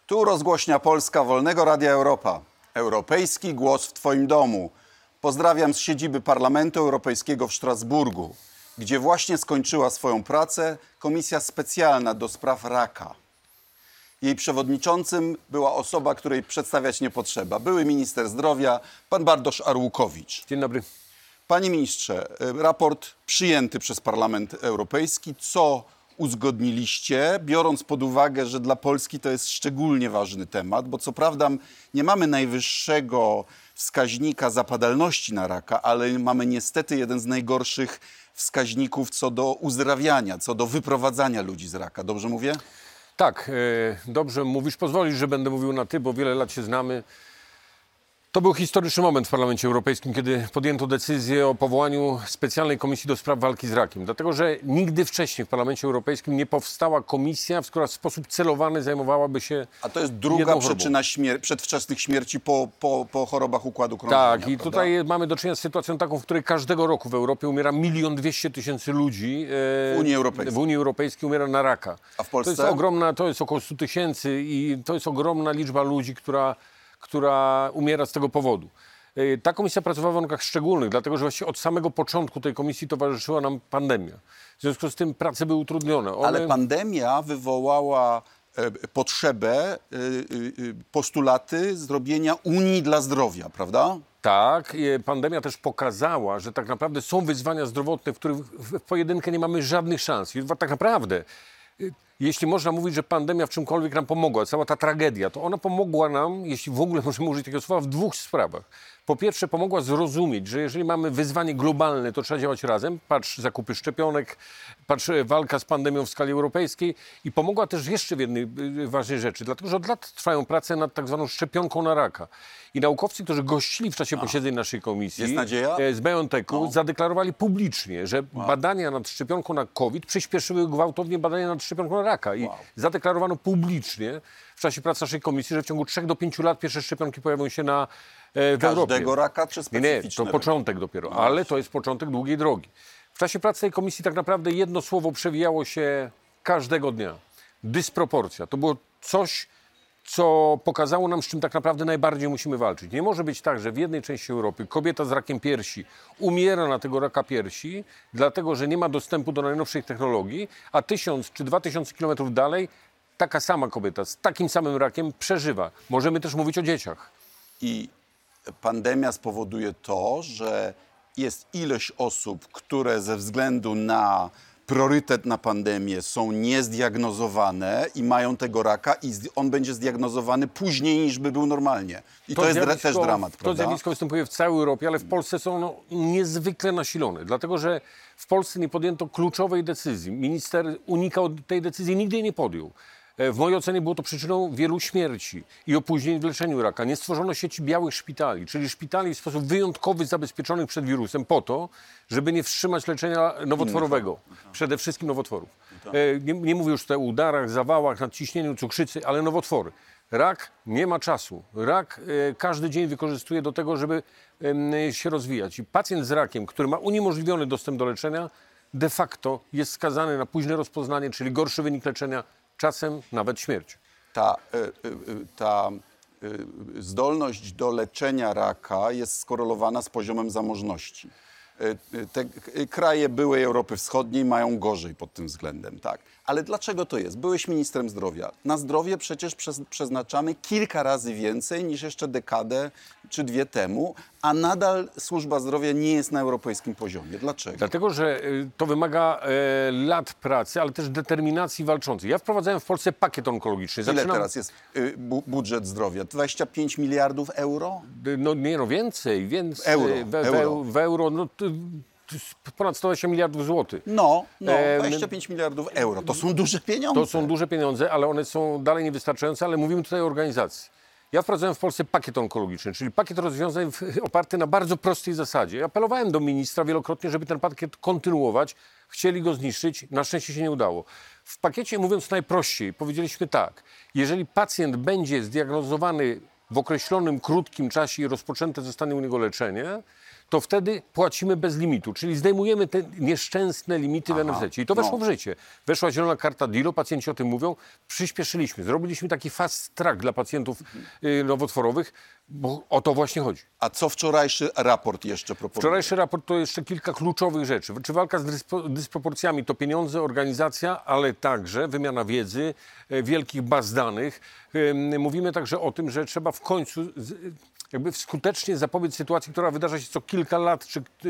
Tu rozgłośnia Polska Wolnego Radia Europa. Europejski głos w Twoim domu. Pozdrawiam z siedziby Parlamentu Europejskiego w Strasburgu, gdzie właśnie skończyła swoją pracę Komisja Specjalna do spraw raka. Jej przewodniczącym była osoba, której przedstawiać nie potrzeba. Były minister zdrowia, pan Bartosz Arłukowicz. Dzień dobry. Panie ministrze, raport przyjęty przez Parlament Europejski. Co uzgodniliście, biorąc pod uwagę, że dla Polski to jest szczególnie ważny temat, bo co prawda nie mamy najwyższego wskaźnika zapadalności na raka, ale mamy niestety jeden z najgorszych wskaźników co do uzdrawiania, co do wyprowadzania ludzi z raka. Dobrze mówię? Tak, dobrze mówisz. Pozwolisz, że będę mówił na ty, bo wiele lat się znamy. To był historyczny moment w Parlamencie Europejskim, kiedy podjęto decyzję o powołaniu specjalnej komisji do spraw walki z rakiem. Dlatego, że nigdy wcześniej w Parlamencie Europejskim nie powstała komisja, która w sposób celowany zajmowałaby się. A to jest druga przyczyna przedwczesnych śmierci po chorobach układu krążenia. Tak, i prawda? tutaj mamy do czynienia z sytuacją taką, w której każdego roku w Europie umiera 1 200 000 ludzi. W Unii Europejskiej umiera na raka. A w Polsce? To jest ogromna, to jest około 100 000 i to jest ogromna liczba ludzi, która umiera z tego powodu. Ta komisja pracowała w warunkach szczególnych, dlatego że właściwie od samego początku tej komisji towarzyszyła nam pandemia. W związku z tym prace były utrudnione. Ale pandemia wywołała potrzebę, postulaty zrobienia Unii dla zdrowia, prawda? Tak, pandemia też pokazała, że tak naprawdę są wyzwania zdrowotne, w których w pojedynkę nie mamy żadnych szans. I tak naprawdę, jeśli można mówić, że pandemia w czymkolwiek nam pomogła, cała ta tragedia, to ona pomogła nam, jeśli w ogóle możemy użyć takiego słowa, w dwóch sprawach. Po pierwsze, pomogła zrozumieć, że jeżeli mamy wyzwanie globalne, to trzeba działać razem. Patrz zakupy szczepionek, patrz walka z pandemią w skali europejskiej. I pomogła też jeszcze w jednej ważnej rzeczy, dlatego że od lat trwają prace nad tak zwaną szczepionką na raka. I naukowcy, którzy gościli w czasie posiedzeń naszej komisji Jest nadzieja? z BioNTechu, zadeklarowali publicznie, że badania nad szczepionką na COVID przyspieszyły gwałtownie badania nad szczepionką na raka. I zadeklarowano publicznie w czasie prac naszej komisji, że w ciągu 3 do 5 lat pierwsze szczepionki pojawią się w Europie. Każdego raka czy specyficzne? Nie, to początek dopiero, ale to jest początek długiej drogi. W czasie pracy tej komisji tak naprawdę jedno słowo przewijało się każdego dnia. Dysproporcja. To było coś, co pokazało nam, z czym tak naprawdę najbardziej musimy walczyć. Nie może być tak, że w jednej części Europy kobieta z rakiem piersi umiera na tego raka piersi, dlatego że nie ma dostępu do najnowszych technologii, a 1000 czy 2000 kilometrów dalej taka sama kobieta z takim samym rakiem przeżywa. Możemy też mówić o dzieciach. I pandemia spowoduje to, że jest ilość osób, które ze względu na priorytet na pandemię są niezdiagnozowane i mają tego raka i on będzie zdiagnozowany później niż by był normalnie. I to jest też dramat, prawda? To zjawisko występuje w całej Europie, ale w Polsce są ono niezwykle nasilone, dlatego że w Polsce nie podjęto kluczowej decyzji. Minister unikał tej decyzji, nigdy jej nie podjął. W mojej ocenie było to przyczyną wielu śmierci i opóźnień w leczeniu raka. Nie stworzono sieci białych szpitali, czyli szpitali w sposób wyjątkowy zabezpieczonych przed wirusem po to, żeby nie wstrzymać leczenia nowotworowego. Przede wszystkim nowotworów. Nie mówię już tutaj o udarach, zawałach, nadciśnieniu, cukrzycy, ale nowotwory. Rak nie ma czasu. Rak każdy dzień wykorzystuje do tego, żeby się rozwijać. I pacjent z rakiem, który ma uniemożliwiony dostęp do leczenia, de facto jest skazany na późne rozpoznanie, czyli gorszy wynik leczenia, czasem nawet śmierć. Ta zdolność do leczenia raka jest skorelowana z poziomem zamożności. Te kraje byłej Europy Wschodniej mają gorzej pod tym względem, tak. Ale dlaczego to jest? Byłeś ministrem zdrowia. Na zdrowie przecież przeznaczamy kilka razy więcej niż jeszcze dekadę czy 2 temu, a nadal służba zdrowia nie jest na europejskim poziomie. Dlaczego? Dlatego, że to wymaga lat pracy, ale też determinacji walczącej. Ja wprowadzałem w Polsce pakiet onkologiczny. Ile teraz jest budżet zdrowia? 25 miliardów euro? Więcej. Euro. W euro, ponad 120 miliardów złotych. 25 miliardów euro. To są duże pieniądze. To są duże pieniądze, ale one są dalej niewystarczające, ale mówimy tutaj o organizacji. Ja wprowadzałem w Polsce pakiet onkologiczny, czyli pakiet rozwiązań oparty na bardzo prostej zasadzie. Ja apelowałem do ministra wielokrotnie, żeby ten pakiet kontynuować. Chcieli go zniszczyć, na szczęście się nie udało. W pakiecie, mówiąc najprościej, powiedzieliśmy tak. Jeżeli pacjent będzie zdiagnozowany w określonym, krótkim czasie i rozpoczęte zostanie u niego leczenie, to wtedy płacimy bez limitu, czyli zdejmujemy te nieszczęsne limity w NFZ. I to weszło w życie. Weszła zielona karta DILO, pacjenci o tym mówią, przyspieszyliśmy, zrobiliśmy taki fast track dla pacjentów nowotworowych, bo o to właśnie chodzi. A co wczorajszy raport jeszcze proponuje? Wczorajszy raport to jeszcze kilka kluczowych rzeczy. Czy walka z dysproporcjami to pieniądze, organizacja, ale także wymiana wiedzy, wielkich baz danych. Mówimy także o tym, że trzeba w końcu jakby skutecznie zapobiec sytuacji, która wydarza się co kilka lat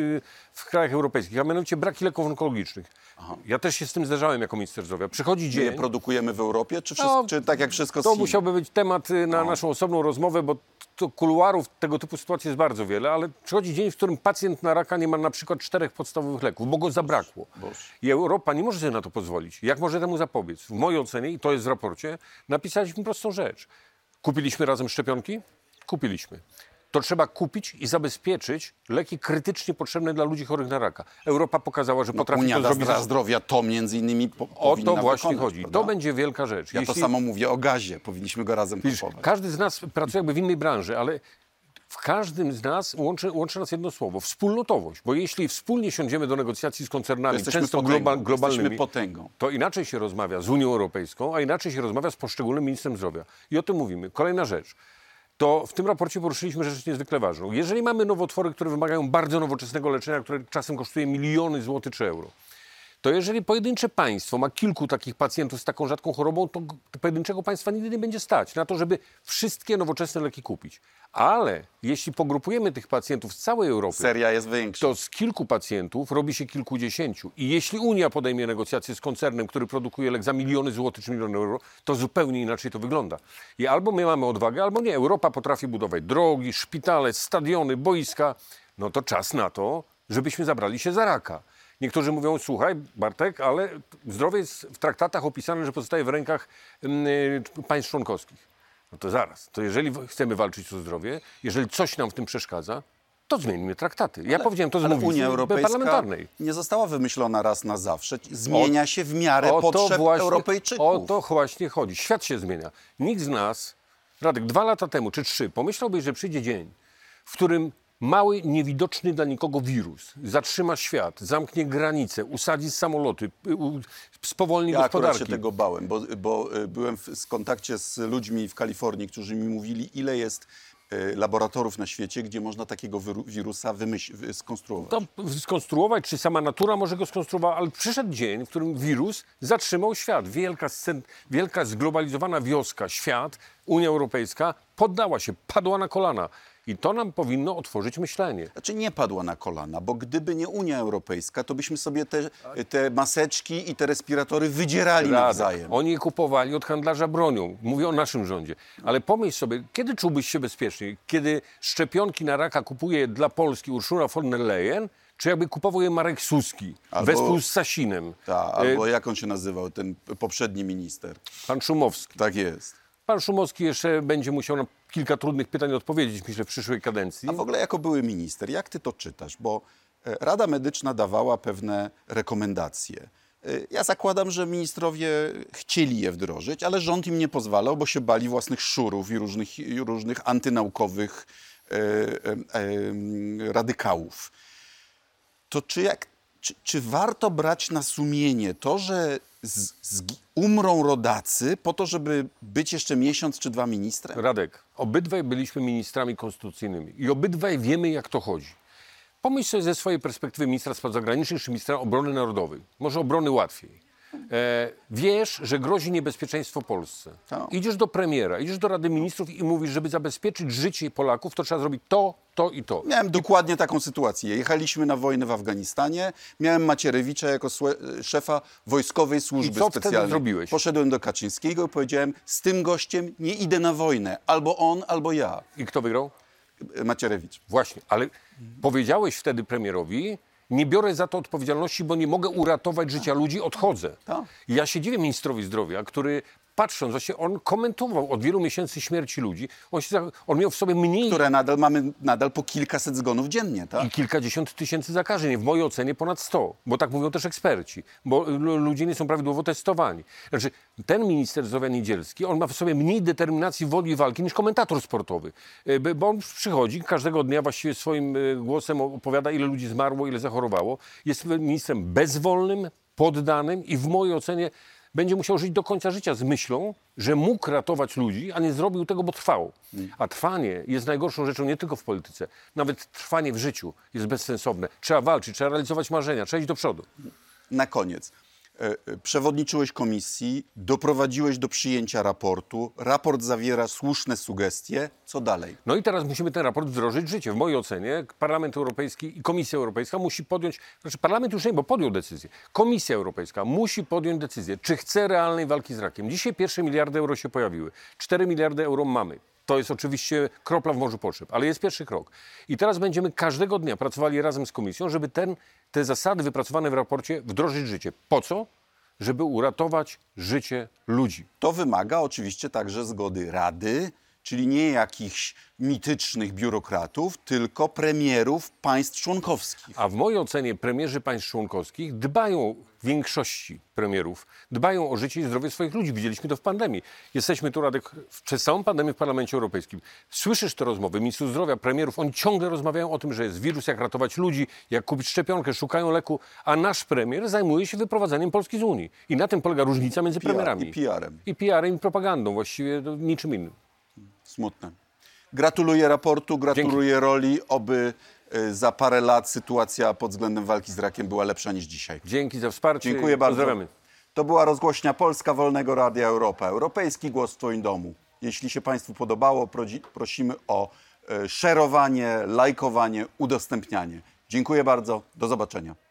w krajach europejskich, a mianowicie braki leków onkologicznych. Ja też się z tym zderzałem jako minister zdrowia. Przychodzi My dzień... je produkujemy w Europie, czy tak jak wszystko z To Chin? musiałby być temat na naszą osobną rozmowę, bo to kuluarów tego typu sytuacji jest bardzo wiele, ale przychodzi dzień, w którym pacjent na raka nie ma na przykład 4 podstawowych leków, bo go zabrakło. I Europa nie może sobie na to pozwolić. Jak może temu zapobiec? W mojej ocenie, i to jest w raporcie, napisaliśmy prostą rzecz. Kupiliśmy razem szczepionki? Kupiliśmy. To trzeba kupić i zabezpieczyć leki krytycznie potrzebne dla ludzi chorych na raka. Europa pokazała, że potrafi Unia to zrobić. Zdrowia to między innymi O powinna to właśnie wykonać, chodzi. prawda? To będzie wielka rzecz. Ja to samo mówię o gazie. Powinniśmy go razem Widzisz, kupować. każdy z nas pracuje jakby w innej branży, ale w każdym z nas łączy nas jedno słowo. Wspólnotowość. Bo jeśli wspólnie siądziemy do negocjacji z koncernami, Jesteśmy często potęgą. globalnymi, Jesteśmy potęgą. to inaczej się rozmawia z Unią Europejską, a inaczej się rozmawia z poszczególnym ministrem zdrowia. I o tym mówimy. Kolejna rzecz. To w tym raporcie poruszyliśmy rzecz niezwykle ważną. Jeżeli mamy nowotwory, które wymagają bardzo nowoczesnego leczenia, które czasem kosztuje miliony złotych czy euro, to jeżeli pojedyncze państwo ma kilku takich pacjentów z taką rzadką chorobą, to pojedynczego państwa nigdy nie będzie stać na to, żeby wszystkie nowoczesne leki kupić. Ale jeśli pogrupujemy tych pacjentów z całej Europy, Seria jest większa. to z kilku pacjentów robi się kilkudziesięciu. I jeśli Unia podejmie negocjacje z koncernem, który produkuje lek za miliony złotych czy miliony euro, to zupełnie inaczej to wygląda. I albo my mamy odwagę, albo nie. Europa potrafi budować drogi, szpitale, stadiony, boiska. No to czas na to, żebyśmy zabrali się za raka. Niektórzy mówią, słuchaj Bartek, ale zdrowie jest w traktatach opisane, że pozostaje w rękach państw członkowskich. No to zaraz, to jeżeli chcemy walczyć o zdrowie, jeżeli coś nam w tym przeszkadza, to zmieńmy traktaty. Ja powiedziałem to z Ale mównicy Unia Europejska parlamentarnej. nie została wymyślona raz na zawsze. Zmienia się w miarę potrzeb Europejczyków. O to właśnie chodzi. Świat się zmienia. Nikt z nas, Radek, 2 lata temu czy 3, pomyślałbyś, że przyjdzie dzień, w którym mały, niewidoczny dla nikogo wirus zatrzyma świat, zamknie granice, usadzi samoloty, spowolni Ja akurat gospodarki. się tego bałem, bo byłem w kontakcie z ludźmi w Kalifornii, którzy mi mówili, ile jest laboratoriów na świecie, gdzie można takiego wirusa skonstruować. To skonstruować, czy sama natura może go skonstruować, ale przyszedł dzień, w którym wirus zatrzymał świat. Wielka zglobalizowana wioska, świat, Unia Europejska poddała się, padła na kolana. I to nam powinno otworzyć myślenie. Znaczy nie padła na kolana, bo gdyby nie Unia Europejska, to byśmy sobie te maseczki i te respiratory wydzierali nawzajem. Oni je kupowali od handlarza bronią. Mówię o naszym rządzie. Ale pomyśl sobie, kiedy czułbyś się bezpieczniej? Kiedy szczepionki na raka kupuje dla Polski Ursula von der Leyen, czy jakby kupował je Marek Suski, wespół z Sasinem? Albo jak on się nazywał, ten poprzedni minister. Pan Szumowski. Tak jest. Pan Szumowski jeszcze będzie musiał na kilka trudnych pytań odpowiedzieć, myślę, w przyszłej kadencji. A w ogóle jako były minister, jak ty to czytasz? Bo Rada Medyczna dawała pewne rekomendacje. Ja zakładam, że ministrowie chcieli je wdrożyć, ale rząd im nie pozwalał, bo się bali własnych szurów i różnych antynaukowych radykałów. To czy warto brać na sumienie to, że umrą rodacy po to, żeby być jeszcze miesiąc czy 2 ministrem? Radek, obydwaj byliśmy ministrami konstytucyjnymi i obydwaj wiemy, jak to chodzi. Pomyśl sobie ze swojej perspektywy ministra spraw zagranicznych czy ministra obrony narodowej. Może obrony łatwiej. Wiesz, że grozi niebezpieczeństwo Polsce. Tak. Idziesz do premiera, idziesz do Rady Ministrów i mówisz, żeby zabezpieczyć życie Polaków, to trzeba zrobić to i to. Miałem dokładnie taką sytuację. Jechaliśmy na wojnę w Afganistanie. Miałem Macierewicza jako szefa wojskowej służby I co wtedy specjalnej. zrobiłeś? Poszedłem do Kaczyńskiego i powiedziałem, z tym gościem nie idę na wojnę. Albo on, albo ja. I kto wygrał? Macierewicz. Właśnie, ale powiedziałeś wtedy premierowi, nie biorę za to odpowiedzialności, bo nie mogę uratować życia ludzi, odchodzę. Tak. I ja się dziwię ministrowi zdrowia, który patrząc, właśnie on komentował od wielu miesięcy śmierci ludzi. On miał w sobie mniej Które mamy nadal po kilkaset zgonów dziennie, tak? i kilkadziesiąt tysięcy zakażeń. W mojej ocenie ponad 100, bo tak mówią też eksperci, bo ludzie nie są prawidłowo testowani. Znaczy, ten minister zdrowia Niedzielski, on ma w sobie mniej determinacji, woli i walki niż komentator sportowy. Bo on przychodzi każdego dnia właściwie swoim głosem opowiada, ile ludzi zmarło, ile zachorowało. Jest ministrem bezwolnym, poddanym i w mojej ocenie będzie musiał żyć do końca życia z myślą, że mógł ratować ludzi, a nie zrobił tego, bo trwał. A trwanie jest najgorszą rzeczą nie tylko w polityce. Nawet trwanie w życiu jest bezsensowne. Trzeba walczyć, trzeba realizować marzenia, trzeba iść do przodu. Na koniec. Przewodniczyłeś komisji, doprowadziłeś do przyjęcia raportu. Raport zawiera słuszne sugestie. Co dalej? No i teraz musimy ten raport wdrożyć w życie. W mojej ocenie Parlament Europejski i Komisja Europejska musi podjąć, znaczy Parlament już nie, bo podjął decyzję. Komisja Europejska musi podjąć decyzję, czy chce realnej walki z rakiem. Dzisiaj pierwsze miliardy euro się pojawiły. 4 miliardy euro mamy. To jest oczywiście kropla w morzu potrzeb, ale jest pierwszy krok. I teraz będziemy każdego dnia pracowali razem z Komisją, żeby te zasady wypracowane w raporcie wdrożyć w życie. Po co? Żeby uratować życie ludzi. To wymaga oczywiście także zgody Rady, czyli nie jakichś mitycznych biurokratów, tylko premierów państw członkowskich. A w mojej ocenie premierzy państw członkowskich dbają, w większości premierów, dbają o życie i zdrowie swoich ludzi. Widzieliśmy to w pandemii. Jesteśmy tu, Radek, przez całą pandemię w Parlamencie Europejskim. Słyszysz te rozmowy ministrów zdrowia, premierów, oni ciągle rozmawiają o tym, że jest wirus, jak ratować ludzi, jak kupić szczepionkę, szukają leku, a nasz premier zajmuje się wyprowadzaniem Polski z Unii. I na tym polega różnica między premierami. I PR-em. I PR-em, i propagandą, właściwie niczym innym. Smutne. Gratuluję raportu, gratuluję roli, oby za parę lat sytuacja pod względem walki z rakiem była lepsza niż dzisiaj. Dzięki za wsparcie. Dziękuję bardzo. Pozdrawiamy. To była rozgłośnia Polska Wolnego Radia Europa. Europejski głos w Twoim domu. Jeśli się Państwu podobało, prosimy o szerowanie, lajkowanie, udostępnianie. Dziękuję bardzo. Do zobaczenia.